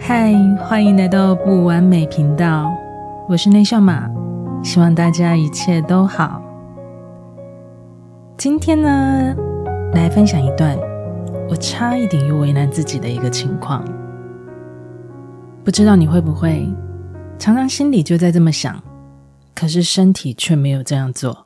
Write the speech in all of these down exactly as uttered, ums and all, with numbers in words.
嗨，欢迎来到不完美频道，我是内向马，希望大家一切都好。今天呢，来分享一段我差一点又为难自己的一个情况。不知道你会不会常常心里就在这么想，可是身体却没有这样做。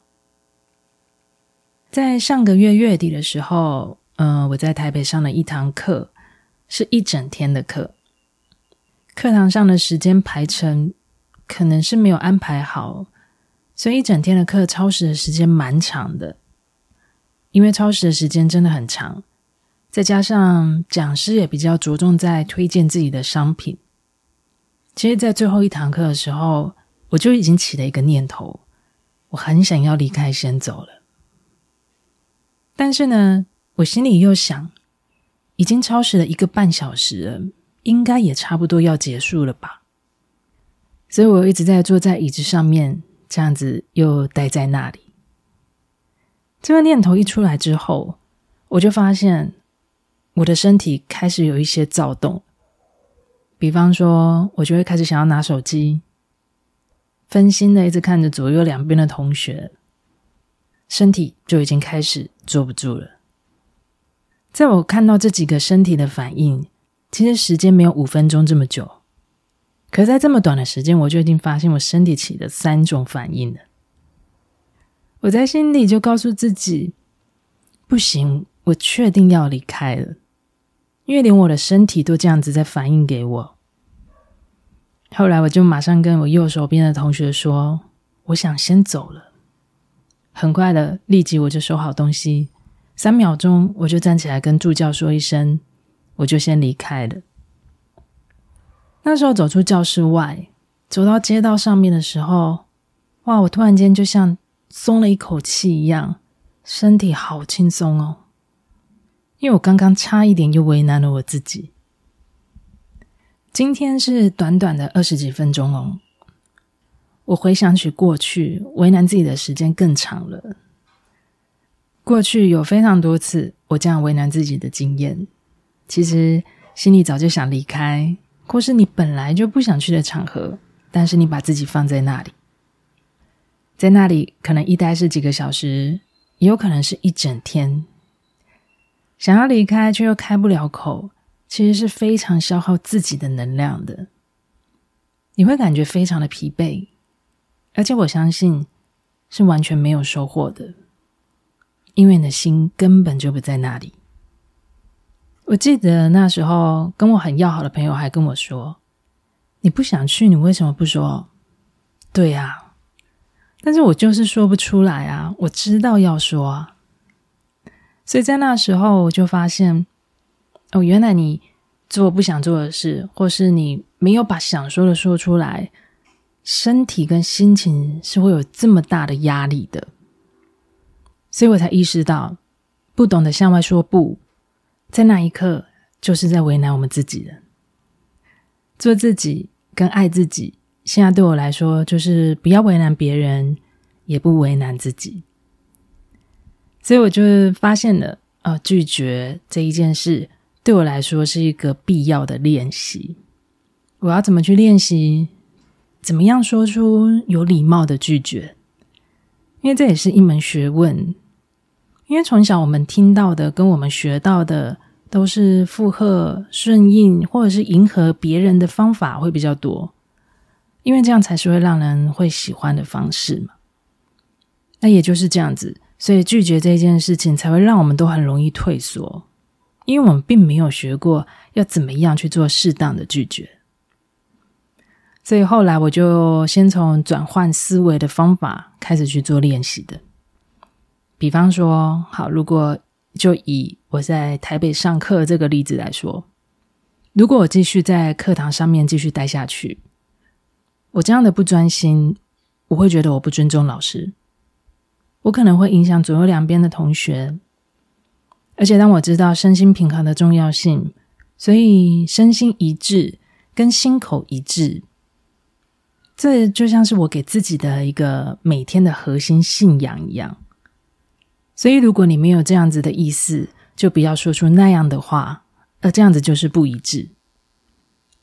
在上个月月底的时候，呃，我在台北上了一堂课，是一整天的课。课堂上的时间排程可能是没有安排好，所以一整天的课超时的时间蛮长的。因为超时的时间真的很长，再加上讲师也比较着重在推荐自己的商品。其实在最后一堂课的时候，我就已经起了一个念头，我很想要离开先走了。但是呢，我心里又想，已经超时了一个半小时了，应该也差不多要结束了吧。所以我一直在坐在椅子上面，这样子又待在那里。这个念头一出来之后，我就发现我的身体开始有一些躁动。比方说，我就会开始想要拿手机，分心的一直看着左右两边的同学，身体就已经开始坐不住了。在我看到这几个身体的反应，其实时间没有五分钟这么久，可是在这么短的时间，我就已经发现我身体起了三种反应了。我在心里就告诉自己，不行，我确定要离开了，因为连我的身体都这样子在反应给我。后来我就马上跟我右手边的同学说，我想先走了。很快的，立即我就收好东西，三秒钟我就站起来跟助教说一声，我就先离开了。那时候走出教室外，走到街道上面的时候，哇，我突然间就像松了一口气一样，身体好轻松哦。因为我刚刚差一点又为难了我自己。今天是短短的二十几分钟哦，我回想起过去为难自己的时间更长了。过去有非常多次我这样为难自己的经验，其实心里早就想离开，或是你本来就不想去的场合，但是你把自己放在那里。在那里可能一待是几个小时，也有可能是一整天。想要离开却又开不了口，其实是非常消耗自己的能量的。你会感觉非常的疲惫，而且我相信是完全没有收获的，因为你的心根本就不在那里。我记得那时候跟我很要好的朋友还跟我说，你不想去，你为什么不说？对啊，但是我就是说不出来啊，我知道要说啊。所以在那时候我就发现，哦，原来你做不想做的事，或是你没有把想说的说出来，身体跟心情是会有这么大的压力的。所以我才意识到，不懂得向外说不，在那一刻就是在为难我们自己的。做自己跟爱自己，现在对我来说就是不要为难别人，也不为难自己。所以我就发现了，呃，拒绝这一件事对我来说是一个必要的练习。我要怎么去练习？怎么样说出有礼貌的拒绝？因为这也是一门学问。因为从小我们听到的跟我们学到的都是附和、顺应或者是迎合别人的方法会比较多，因为这样才是会让人会喜欢的方式嘛。那也就是这样子，所以拒绝这件事情才会让我们都很容易退缩，因为我们并没有学过要怎么样去做适当的拒绝。所以后来我就先从转换思维的方法开始去做练习的。比方说，好，如果就以我在台北上课这个例子来说，如果我继续在课堂上面继续待下去，我这样的不专心，我会觉得我不尊重老师，我可能会影响左右两边的同学。而且当我知道身心平衡的重要性，所以身心一致跟心口一致，这就像是我给自己的一个每天的核心信仰一样。所以如果你没有这样子的意思，就不要说出那样的话，而这样子就是不一致。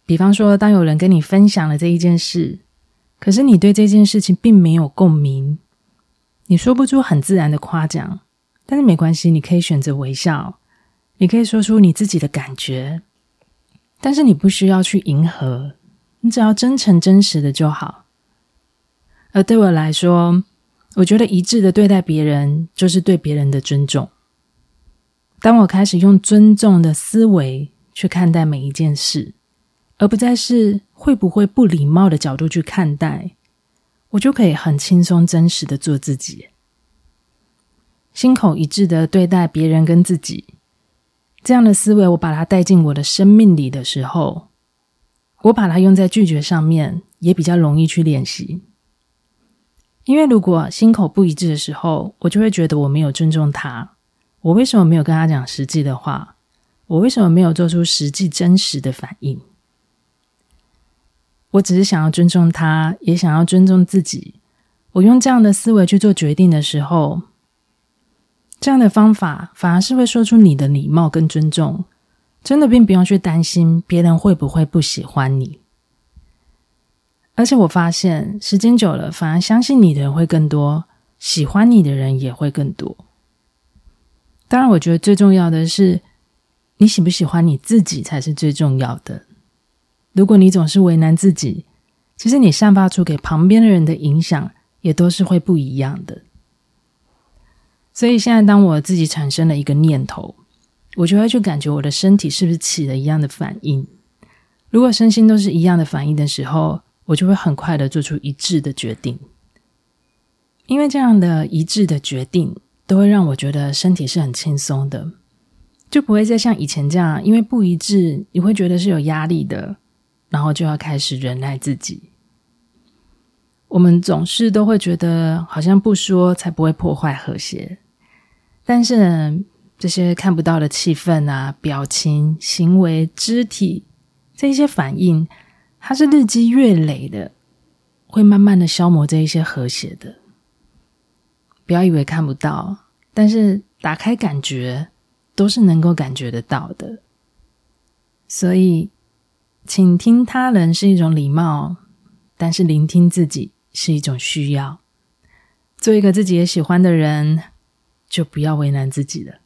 比方说，当有人跟你分享了这一件事，可是你对这件事情并没有共鸣，你说不出很自然的夸奖，但是没关系，你可以选择微笑，你可以说出你自己的感觉，但是你不需要去迎合，你只要真诚真实的就好。而对我来说，我觉得一致的对待别人就是对别人的尊重。当我开始用尊重的思维去看待每一件事，而不再是会不会不礼貌的角度去看待，我就可以很轻松真实的做自己。心口一致的对待别人跟自己，这样的思维我把它带进我的生命里的时候，我把它用在拒绝上面也比较容易去练习。因为如果心口不一致的时候，我就会觉得我没有尊重他，我为什么没有跟他讲实际的话，我为什么没有做出实际真实的反应。我只是想要尊重他，也想要尊重自己。我用这样的思维去做决定的时候，这样的方法反而是会说出你的礼貌跟尊重，真的并不用去担心别人会不会不喜欢你。而且我发现时间久了，反而相信你的人会更多，喜欢你的人也会更多。当然我觉得最重要的是，你喜不喜欢你自己才是最重要的。如果你总是为难自己，其实你散发出给旁边的人的影响也都是会不一样的。所以现在当我自己产生了一个念头，我就会去感觉我的身体是不是起了一样的反应。如果身心都是一样的反应的时候，我就会很快的做出一致的决定。因为这样的一致的决定都会让我觉得身体是很轻松的，就不会再像以前这样，因为不一致你会觉得是有压力的，然后就要开始忍耐自己。我们总是都会觉得好像不说才不会破坏和谐，但是呢，这些看不到的气氛啊、表情、行为、肢体，这一些反应，它是日积月累的，会慢慢的消磨这一些和谐的。不要以为看不到，但是打开感觉都是能够感觉得到的。所以倾听他人是一种礼貌，但是聆听自己是一种需要。做一个自己也喜欢的人，就不要为难自己了。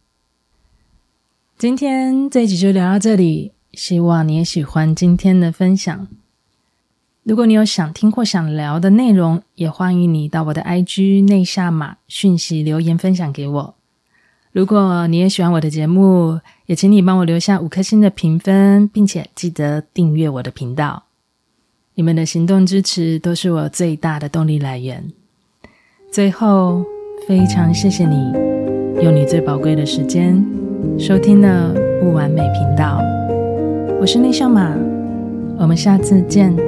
今天这一集就聊到这里，希望你也喜欢今天的分享。如果你有想听或想聊的内容，也欢迎你到我的 I G 内下码讯息留言分享给我。如果你也喜欢我的节目，也请你帮我留下五颗星的评分，并且记得订阅我的频道。你们的行动支持都是我最大的动力来源。最后，非常谢谢你用你最宝贵的时间收听了不完美频道。我是内向马，我们下次见。